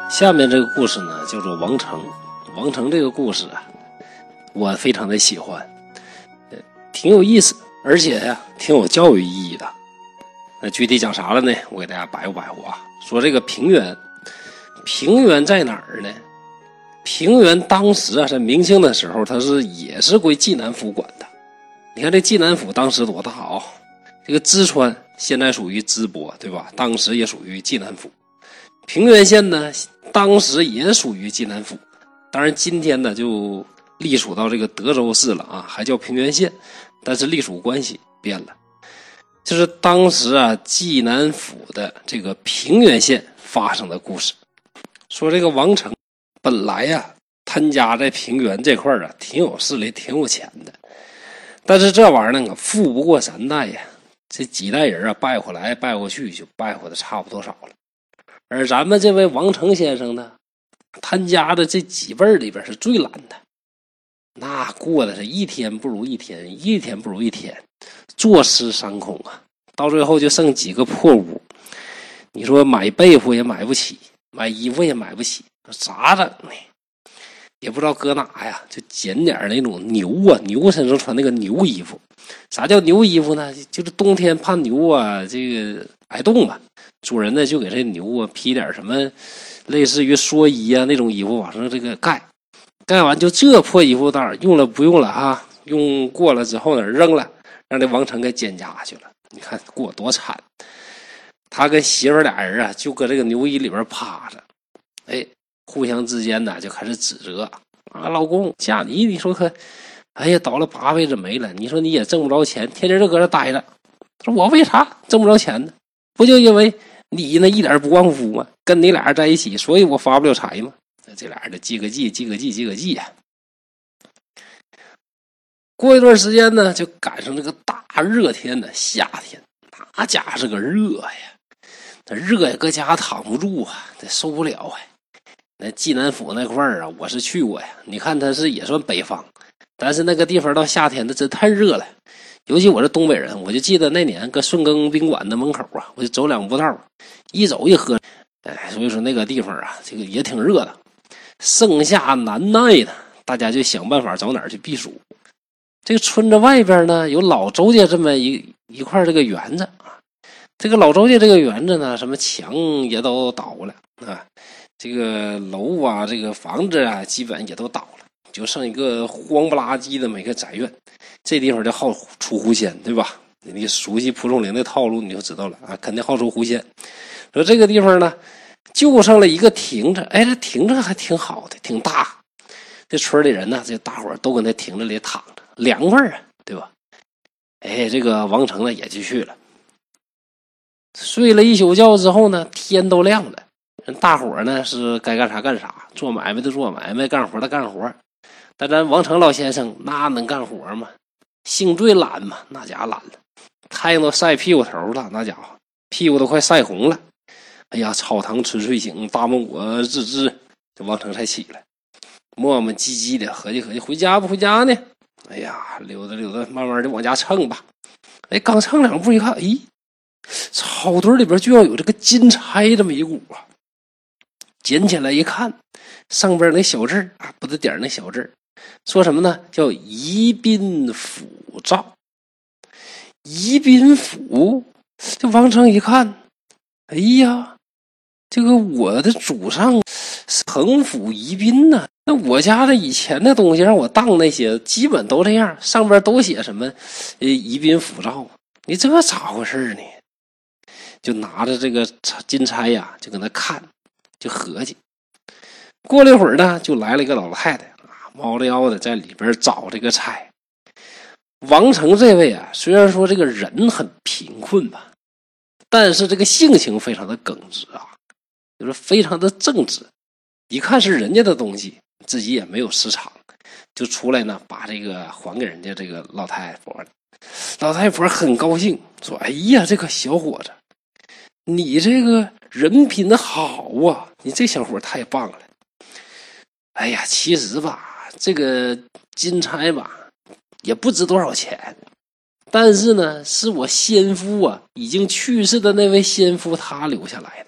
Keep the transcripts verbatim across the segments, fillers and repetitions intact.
下面这个故事呢叫做王成。王成这个故事啊，我非常的喜欢，挺有意思，而且呀、啊、挺有教育意义的。那具体讲啥了呢？我给大家摆乎摆乎啊。说这个平原，平原在哪儿呢？平原当时啊，在明清的时候，它是也是归济南府管的。你看这济南府当时多大啊、哦？这个淄川现在属于淄博，对吧？当时也属于济南府。平原县呢，当时也属于济南府。当然今天呢就隶属到这个德州市了啊，还叫平原县，但是隶属关系变了。就是当时啊济南府的这个平原县发生的故事。说这个王成本来呀、啊、他家在平原这块啊挺有势力挺有钱的，但是这玩意儿呢富不过三代呀，这几代人啊败回来败过去就败回的差不多少了。而咱们这位王成先生呢，他家的这几辈里边是最懒的，那过的是一天不如一天，一天不如一天，坐吃山空啊，到最后就剩几个破屋。你说买被子也买不起，买衣服也买不起，咋整呢？也不知道搁哪呀，就捡点那种牛啊，牛身上穿那个牛衣服。啥叫牛衣服呢？就是冬天怕牛啊这个挨冻啊，主人呢就给这牛啊披点什么类似于蓑衣啊那种衣服往上这个盖，盖完就这破衣服当然用了不用了哈，用过了之后呢扔了，让这王成给捡家去了。你看过多惨，他跟媳妇俩人啊就搁这个牛衣里边趴着，哎，互相之间呢就开始指责啊，老公嫁你你说可哎呀倒了八辈子霉了，你说你也挣不着钱，天天就搁这待着。说我为啥挣不着钱呢？不就因为你呢一点不忘夫吗？跟你俩人在一起，所以我发不了财嘛。这俩人就记个记记个记记个记呀、啊。过一段时间呢，就赶上这个大热天的夏天，那家伙是个热呀，这热呀搁家躺不住啊，这受不了啊。那济南府那块儿啊，我是去过呀。你看它是也算北方，但是那个地方到夏天的真太热了。尤其我是东北人，我就记得那年搁顺耕宾馆的门口啊，我就走两步道，一走一喝，哎，所以说那个地方啊，这个也挺热的，盛夏难耐的，大家就想办法找哪儿去避暑。这个村子外边呢，有老周家这么一一块这个园子啊，这个老周家这个园子呢，什么墙也都倒了啊，这个楼啊，这个房子啊，基本也都倒了，就剩一个荒不拉几的每个宅院。这地方就好出狐仙，对吧？你熟悉蒲松龄的套路你就知道了啊，肯定好出狐仙。说这个地方呢就剩了一个亭子，哎，这亭子还挺好的，挺大。这村里人呢，这大伙都跟那亭子里躺着，凉快啊，对吧？哎，这个王成呢也就去了。睡了一宿觉之后呢，天都亮了，人大伙呢是该干啥干啥，做买卖的做买卖，干活的干活。但咱王成老先生那能干活吗？性最懒嘛，那家伙懒了，太阳都晒屁股头了，那家伙屁股都快晒红了。哎呀，草堂春睡醒，大梦我自知，这王成才起来，磨磨唧唧的合计合计，回家不回家呢？哎呀，溜达溜达，慢慢的往家蹭吧。哎，刚蹭两步一看，咦，草堆里边就要有这个金钗这么一股啊！捡起来一看，上边那小字啊，不得点那小字，说什么呢？叫宜宾府诏。宜宾府，这王成一看，哎呀，这个我的祖上是横府宜宾呢、啊，那我家的以前的东西让我当那些，基本都这样，上边都写什么呃宜宾府诏，你这咋回事呢？就拿着这个金钗呀、啊，就搁那看，就合计。过了一会儿呢，就来了一个老太太啊，猫着腰的在里边找这个钗。王成这位啊，虽然说这个人很贫困吧，但是这个性情非常的耿直啊，就是非常的正直。一看是人家的东西，自己也没有私藏，就出来呢，把这个还给人家这个老太婆。老太婆很高兴，说：“哎呀，这个小伙子，你这个人品好啊，你这小伙太棒了。哎呀，其实吧，这个金钗吧。”也不值多少钱，但是呢，是我先夫啊已经去世的那位先夫他留下来的，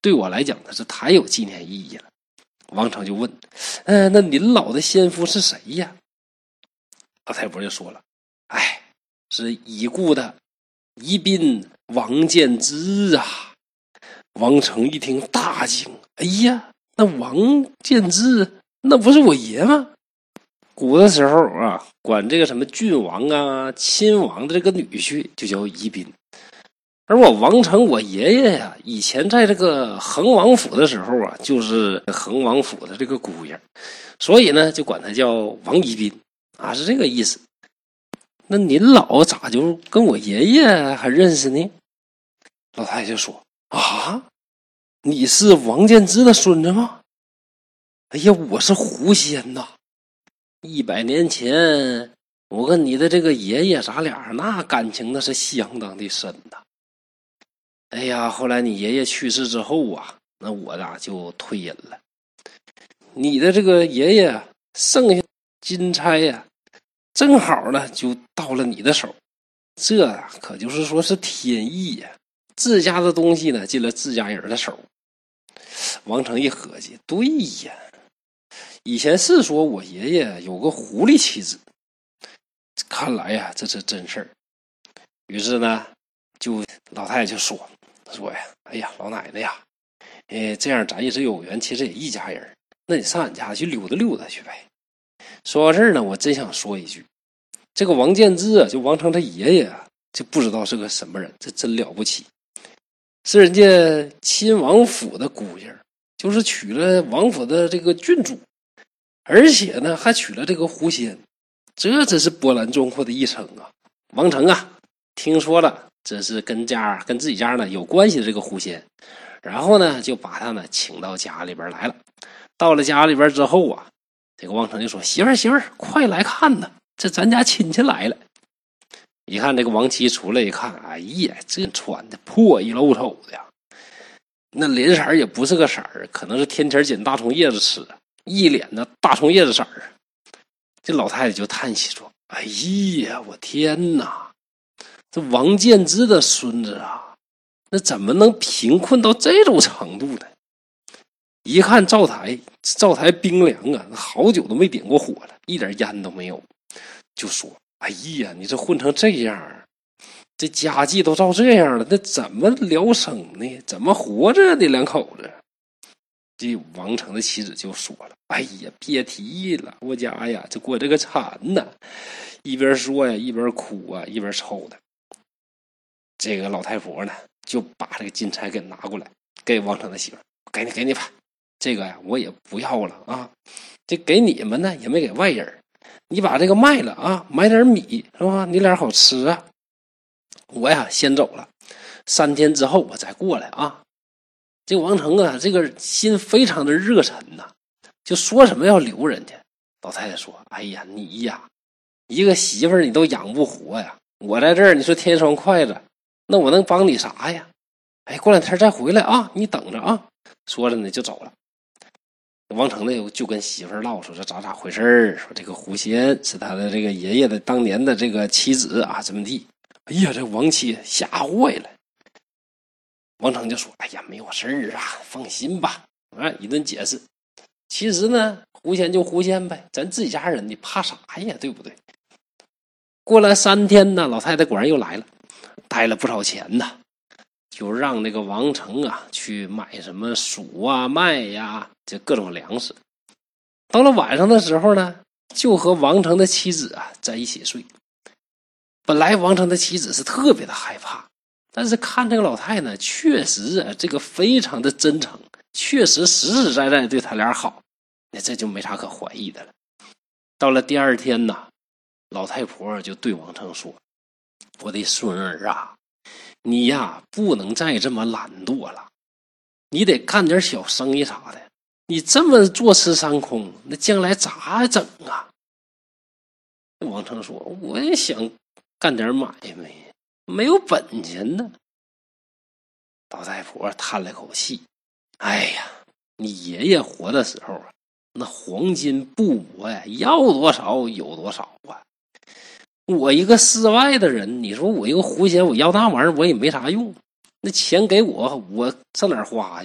对我来讲那是太有纪念意义了。王成就问：呃，那您老的先夫是谁呀？老太婆就说了：哎，是已故的宜宾王建之啊。王成一听大惊：哎呀，那王建之那不是我爷吗？古的时候啊，管这个什么郡王啊、亲王的这个女婿就叫宜宾。而我王成我爷爷呀，以前在这个恒王府的时候啊，就是恒王府的这个姑爷，所以呢就管他叫王宜宾啊，是这个意思。那您老咋就跟我爷爷还认识呢？老太太就说：啊，你是王建之的孙子吗？哎呀，我是狐仙呐！一百年前，我跟你的这个爷爷，咱俩那感情那是相当的深呐。哎呀，后来你爷爷去世之后啊，那我俩就退隐了。你的这个爷爷剩下金钗呀，正好呢就到了你的手，这可就是说是天意呀！自家的东西呢进了自家人的手。王成一合计，对呀，以前是说我爷爷有个狐狸妻子，看来呀这是真事儿。于是呢，就老太太就说说呀，哎呀，老奶奶呀，哎，这样咱也是有缘，其实也一家人，那你上俺家去溜达溜达去呗。说到这儿呢，我真想说一句，这个王建之啊，就王成他爷爷啊，就不知道是个什么人，这真了不起，是人家亲王府的姑爷，就是娶了王府的这个郡主，而且呢还娶了这个狐仙，这真是波澜壮阔的一生啊！王成啊，听说了这是跟家跟自己家呢有关系的这个狐仙，然后呢就把他呢请到家里边来了。到了家里边之后啊，这个王成就说：媳妇儿媳妇儿，快来看呐，这咱家亲戚来了。一看这个王妻出来一看，哎呀，这穿的破衣露丑的呀，那脸色也不是个色儿，可能是天天捡大葱叶子吃，一脸的大葱叶子色儿。这老太太就叹息说：哎呀，我天哪，这王建之的孙子啊，那怎么能贫困到这种程度呢？一看灶台，灶台冰凉啊，好久都没点过火了，一点烟都没有，就说：哎呀，你这混成这样，这家计都照这样了，那怎么疗生呢？怎么活着呢？两口子。这王成的妻子就说了：哎呀，别提了，我家呀这过这个惨呐！一边说呀一边哭啊，一边抽的。这个老太婆呢就把这个金钗给拿过来，给王成的媳妇：给你给你吧，这个呀我也不要了啊，这给你们呢也没给外人，你把这个卖了啊，买点米是吧？你俩好吃啊。我呀先走了，三天之后我再过来啊。这个王成啊，这个心非常的热忱呐，就说什么要留人家。老太太说：哎呀，你呀一个媳妇儿你都养不活呀，我在这儿你说添双筷子，那我能帮你啥呀？哎，过两天再回来啊，你等着啊。说着呢就走了。王成呢就跟媳妇儿唠说这咋咋回事，说这个狐仙是他的这个爷爷的当年的这个妻子啊，怎么地。哎呀，这王妻吓坏了。王成就说：哎呀，没有事儿啊，放心吧。啊，一顿解释。其实呢，狐仙就狐仙呗，咱自己家人你怕啥呀，对不对？过了三天呢，老太太果然又来了，带了不少钱呢，就让那个王成啊去买什么薯啊、麦呀，这各种粮食。到了晚上的时候呢，就和王成的妻子啊在一起睡。本来王成的妻子是特别的害怕，但是看这个老太呢，确实啊，这个非常的真诚，确实实实在在对他俩好，那这就没啥可怀疑的了。到了第二天呢，老太婆就对王成说：我的孙儿啊，你呀不能再这么懒惰了，你得干点小生意啥的，你这么坐吃山空，那将来咋整啊？王成说：我也想干点买卖，没有本钱呢。老太婆叹了口气：哎呀，你爷爷活的时候啊，那黄金布帛呀，要多少有多少啊。我一个世外的人，你说我一个狐仙，我要那玩意儿我也没啥用，那钱给我，我上哪儿花去？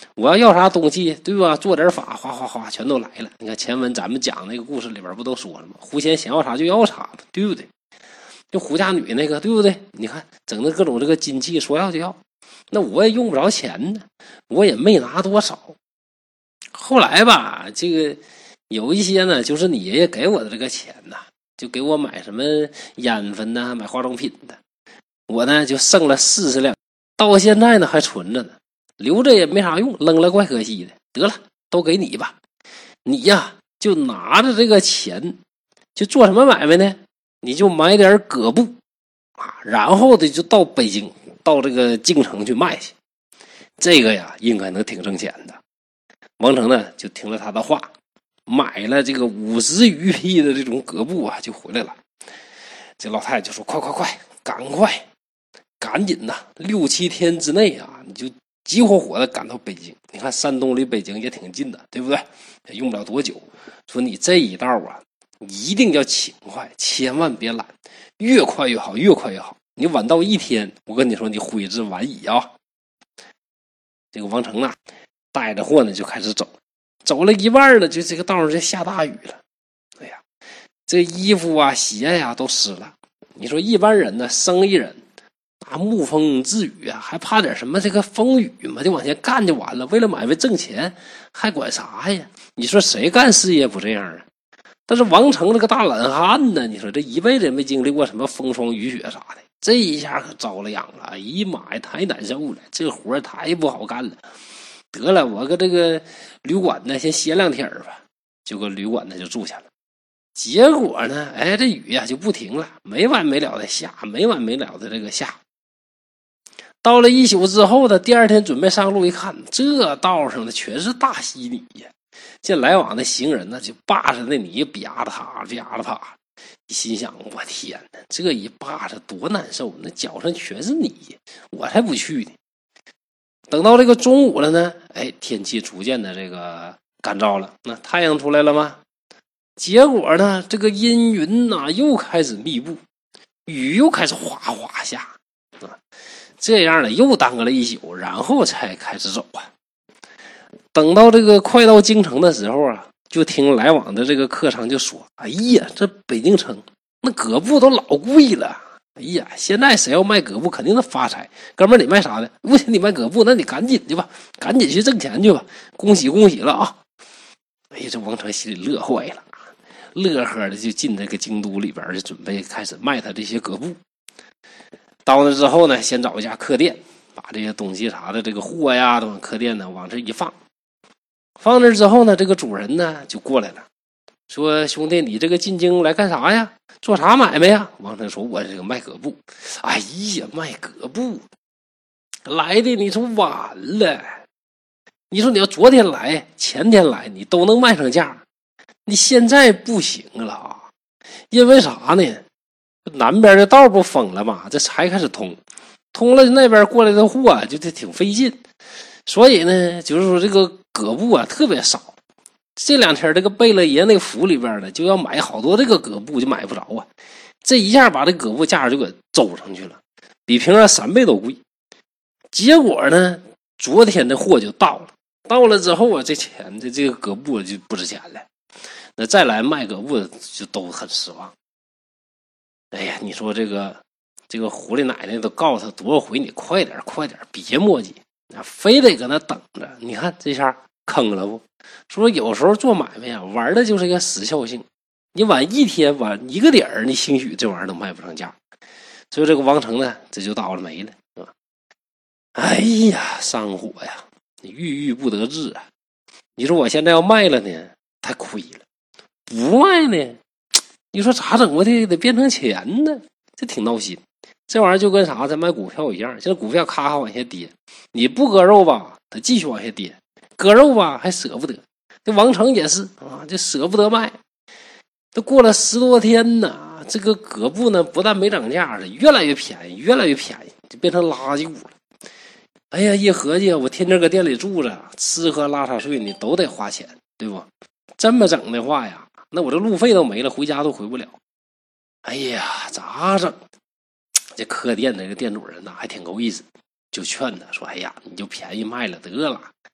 我要要啥东西，对吧？做点法，哗哗哗，全都来了。你看前文咱们讲那个故事里边不都说了吗？狐仙想要啥就要啥，对不对？就胡家女那个，对不对？你看整的各种这个金器，说要就要，那我也用不着钱呢，我也没拿多少。后来吧，这个有一些呢，就是你爷爷给我的这个钱呐，就给我买什么烟粉呐，买化妆品的，我呢就剩了四十两，到现在呢还存着呢，留着也没啥用，扔了怪可惜的。得了，都给你吧，你呀就拿着这个钱，就做什么买卖呢？你就买点葛布啊，然后的就到北京，到这个京城去卖去，这个呀应该能挺挣钱的。王成呢就听了他的话，买了这个五十余匹的这种葛布啊，就回来了。这老太太就说：“快快快，赶快，赶紧呐！六七天之内啊，你就急火火的赶到北京。你看山东离北京也挺近的，对不对？也用不了多久。说你这一道啊。”一定要勤快，千万别懒，越快越好，越快越好。你晚到一天，我跟你说，你悔之晚矣啊！这个王成呢，带着货呢就开始走，走了一半了，就这个道上就下大雨了。哎呀，这衣服啊、鞋呀、啊、都湿了。你说一般人呢，生意人啊，沐风自雨啊，还怕点什么这个风雨嘛？就往前干就完了。为了买卖挣钱，还管啥呀？你说谁干事业不这样啊？但是王成这个大懒汉呢，你说这一辈子也没经历过什么风霜雨雪啥的，这一下可遭了殃了。哎呀妈呀，太难受了，这活太不好干了。得了，我搁这个旅馆呢先歇两天吧，就搁旅馆呢就住下了。结果呢，哎，这雨呀、啊、就不停了，没完没了的下，没完没了的这个下。到了一宿之后呢，第二天准备上路一看，这道上的全是大稀泥呀。这来往的行人呢，就扒着那泥吧着他，吧着他。你心想，我天哪，这一扒着多难受，那脚上全是泥，我才不去呢。等到这个中午了呢，哎，天气逐渐的这个干燥了，那太阳出来了吗？结果呢，这个阴云呐、啊、又开始密布，雨又开始哗哗下啊，这样呢又耽搁了一宿，然后才开始走啊。等到这个快到京城的时候啊，就听来往的这个客商就说：“哎呀，这北京城那葛布都老贵了。哎呀，现在谁要卖葛布，肯定能发财。哥们儿，你卖啥的？不行，你卖葛布，那你赶紧去吧，赶紧去挣钱去吧。恭喜恭喜了啊！”哎呀，这王成心里乐坏了，乐呵的就进这个京都里边，就准备开始卖他这些葛布。到那之后呢，先找一家客店，把这些东西啥的这个货呀，都往客店呢往这一放。放那之后呢，这个主人呢就过来了，说：“兄弟，你这个进京来干啥呀？做啥买卖呀？”王成说：“我这个卖葛布。”哎呀，卖葛布来的，你说晚了。你说你要昨天来，前天来，你都能卖上价，你现在不行了啊！因为啥呢？南边的道不封了嘛，这才开始通，通了那边过来的货啊，就得挺费劲。所以呢，就是说这个葛布啊特别少。这两天这个贝勒爷那府里边呢，就要买好多这个葛布，就买不着啊。这一下把这葛布价就给走上去了，比平常三倍都贵。结果呢，昨天的货就到了，到了之后啊，这钱的这个葛布就不值钱了。那再来卖葛布就都很失望。哎呀，你说这个这个狐狸奶奶都告诉他多少回，你快点快点，别磨叽。非得搁那等着，你看这下坑了不？说有时候做买卖啊，玩的就是一个时效性。你晚一天晚一个点儿，你兴许这玩意儿都卖不上价。所以这个王成呢，这就倒了霉了，是吧？哎呀，上火呀，郁郁不得志啊！你说我现在要卖了呢，太亏了；不卖呢，你说咋整？我得得变成钱呢，这挺闹心。这玩意儿就跟啥，咱买股票一样，现在股票咔咔往下跌，你不割肉吧，它继续往下跌；割肉吧，还舍不得。这王成也是啊，这舍不得卖。都过了十多天呢，这个葛布呢，不但没涨价，是越来越便宜，越来越便宜，就变成垃圾股了。哎呀，一合计，我天天搁店里住着，吃喝拉撒睡你都得花钱，对不？这么整的话呀，那我这路费都没了，回家都回不了。哎呀，咋整？这客店的这个店主人呢，还挺够意思，就劝他说：“哎呀，你就便宜卖了得了，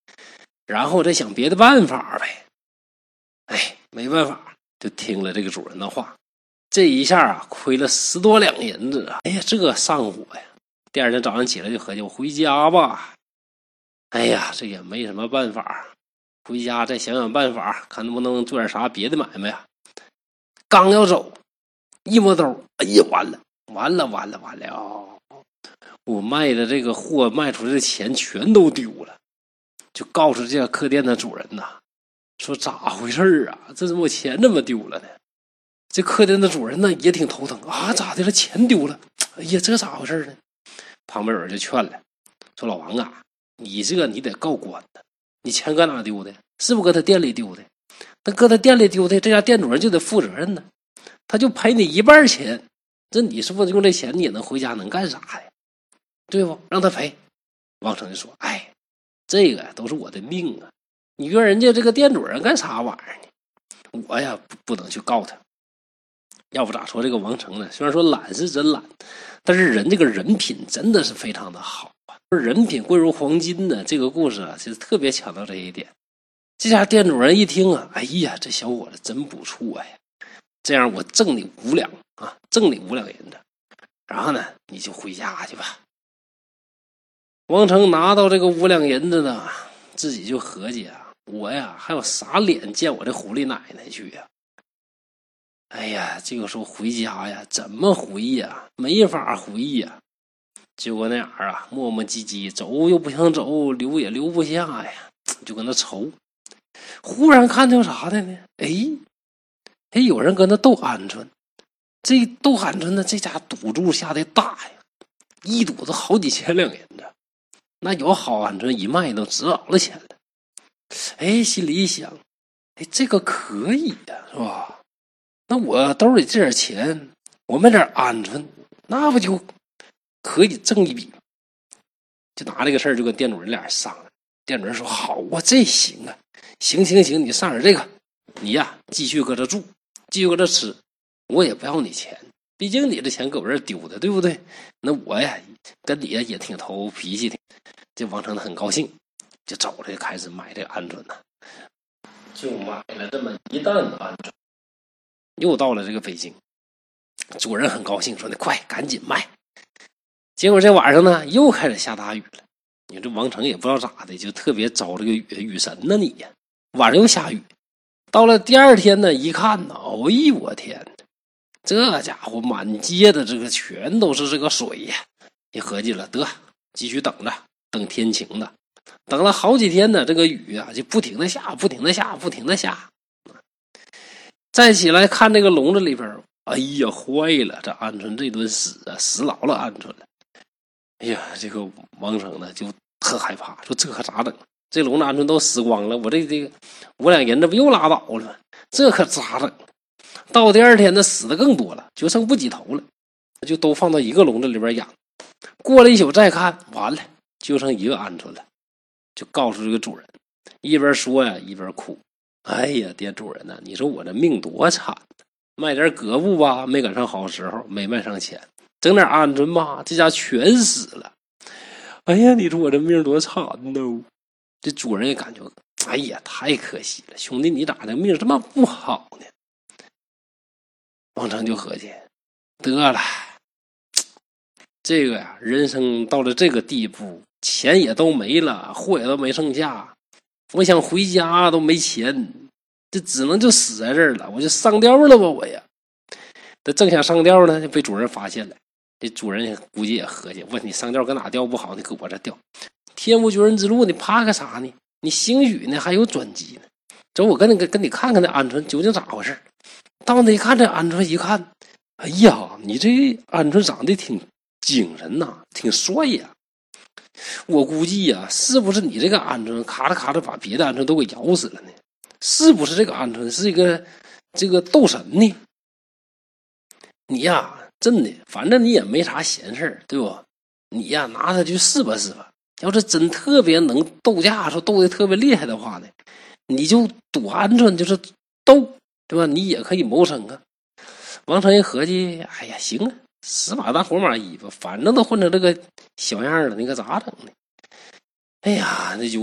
然后再想别的办法呗。哎，没办法，就听了这个主人的话。这一下啊，亏了十多两银子啊！哎呀，这个上火呀！第二天早上起来就合计，我回家吧。哎呀，这也没什么办法，回家再想想办法，看能不能做点啥别的买卖呀。刚要走，一摸兜，哎呀，完了，完了，完了，完了！哦，我卖的这个货卖出来的钱全都丢了，就告诉这家客店的主人呐，说咋回事啊？这怎么我钱怎么丢了呢？这客店的主人呢也挺头疼啊，咋的了？钱丢了？哎呀，这咋回事呢？旁边有人就劝了，说老王啊，你这个你得告官的，你钱搁哪丢的？是不是搁他店里丢的？那搁他店里丢的，这家店主人就得负责任呢，他就赔你一半钱，这你是不是用这钱你也能回家能干啥呀？对不？让他赔。王成就说，哎，这个都是我的命啊，你约人家这个店主人干啥玩意儿呢？我呀不不能去告他。要不咋说这个王成呢，虽然说懒是真懒，但是人这个人品真的是非常的好啊，人品贵如黄金呢。这个故事啊其实特别强调这一点。这家店主人一听啊，哎呀，这小伙子真不错呀，这样我挣你五两啊，挣你五两银子，然后呢你就回家去吧。王成拿到这个五两银子呢，自己就合计啊，我呀还有啥脸见我这狐狸奶奶去呀？哎呀，这个时候回家呀，怎么回呀？没法回呀。结果那样啊，磨磨唧唧，走又不想走，留也留不下呀，就跟那愁。忽然看见啥的呢？哎，哎，有人跟他斗鹌鹑。这斗鹌鹑呢，这家赌注下的大呀，一赌子好几千两银子。那有好鹌鹑一卖都值老了钱了。哎，心里一想，哎，这个可以呀，是吧？那我兜里这点钱，我卖点鹌鹑，那不就可以挣一笔？就拿这个事儿就跟店主人俩人商量。店主人说：“好啊，这行啊，行行行，你上点这个，你呀继续搁这住，继续搁这吃，我也不要你钱，毕竟你这钱搁我这儿丢的，对不对？那我呀跟你呀也挺投脾气的。”这王成很高兴，就走了，就开始买这个鹌鹑呢，就买了这么一担鹌鹑。又到了这个北京，主人很高兴，说：“你快赶紧卖。”结果这晚上呢，又开始下大雨了。你这王成也不知道咋的，就特别招这个雨雨神呢你呀。晚上又下雨，到了第二天呢，一看呢，哎呦我天，这家伙满街的这个全都是这个水呀！你合计了，得继续等着，等天晴的。等了好几天呢，这个雨啊就不停的下，不停的下，不停的下。再起来看这个笼子里边，哎呀，坏了！这鹌鹑这顿死啊，死老了鹌鹑了。哎呀，这个王成呢就特害怕，说这可咋整？这笼子鹌鹑都死光了，我这这个五两银子不又拉倒了吗？这可咋整？到第二天呢，死的更多了，就剩不几头了，就都放到一个笼子里边养。过了一宿再看，完了，就剩一个鹌鹑了，就告诉这个主人，一边说呀，一边哭。哎呀，店主人呐，你说我这命多惨，卖点葛布吧，没赶上好时候，没卖上钱；整点鹌鹑吧，这家全死了。哎呀，你说我这命多惨呢！这主人也感觉，哎呀，太可惜了，兄弟，你咋这命这么不好呢？王成就合计，得了，这个呀，人生到了这个地步，钱也都没了，货也都没剩下。我想回家都没钱，这只能就死在这儿了，我就上吊了吧我呀！这正想上吊呢，就被主人发现了。这主人估计也合计，问你上吊搁哪吊不好，你搁我这吊，天无绝人之路，你怕个啥呢？你兴许呢还有转机呢。走，我跟你跟你看看那鹌鹑究竟咋回事。到那一看，这鹌鹑一看，哎呀，你这鹌鹑长得挺精神呐，挺帅呀！我估计呀、啊，是不是你这个鹌鹑咔嚓咔嚓把别的鹌鹑都给咬死了呢？是不是这个鹌鹑是一个这个斗神呢？你呀，真的，反正你也没啥闲事儿，对不？你呀，拿它去试吧试吧。要是真特别能斗架，说斗得特别厉害的话呢，你就赌鹌鹑，就是斗，对吧？你也可以谋生啊。王成一合计，哎呀，行啊，死马当活马医吧，反正都混成这个小样了，你可咋整呢？哎呀，那就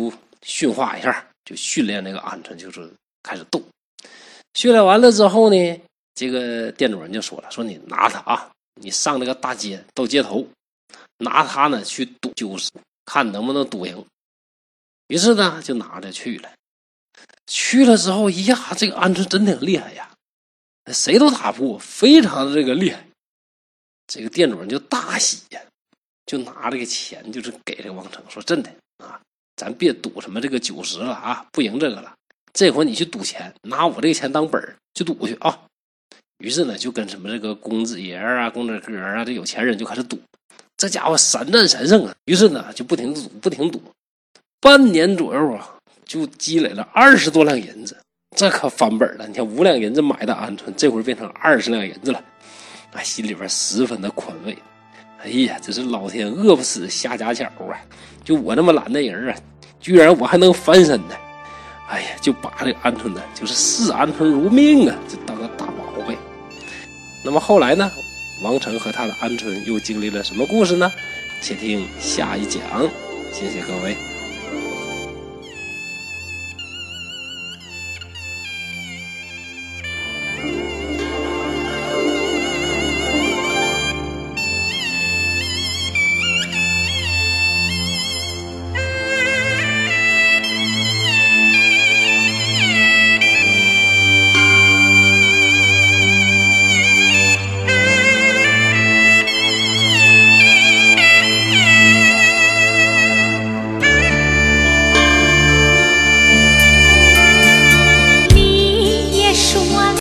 驯化一下，就训练那个鹌鹑，就是开始斗。训练完了之后呢，这个店主人就说了，说你拿它啊，你上那个大街到街头，拿它呢去赌九十，看能不能赌赢。于是呢就拿着去了。去了之后，呀，这个鹌鹑真挺厉害呀，谁都打不过，非常的这个厉害。这个店主人就大喜呀，就拿这个钱就是给这个王成，说真的啊，咱别赌什么这个九十了啊，不赢这个了，这回你去赌钱，拿我这个钱当本去赌去啊。于是呢就跟什么这个公子爷啊、公子哥啊，这有钱人就开始赌。这家伙闪战神胜啊，于是呢就不停赌不停赌，半年左右啊就积累了二十多两银子，这可翻本了。你看五两银子买的鹌鹑，这回变成二十两银子了，啊，心里边十分的宽慰。哎呀，这是老天饿不死瞎家巧啊！就我那么懒的人啊，居然我还能翻身呢！哎呀，就把这个鹌鹑呢，就是视鹌鹑如命啊，就当个大宝贝。那么后来呢，王成和他的鹌鹑又经历了什么故事呢？且听下一讲。谢谢各位。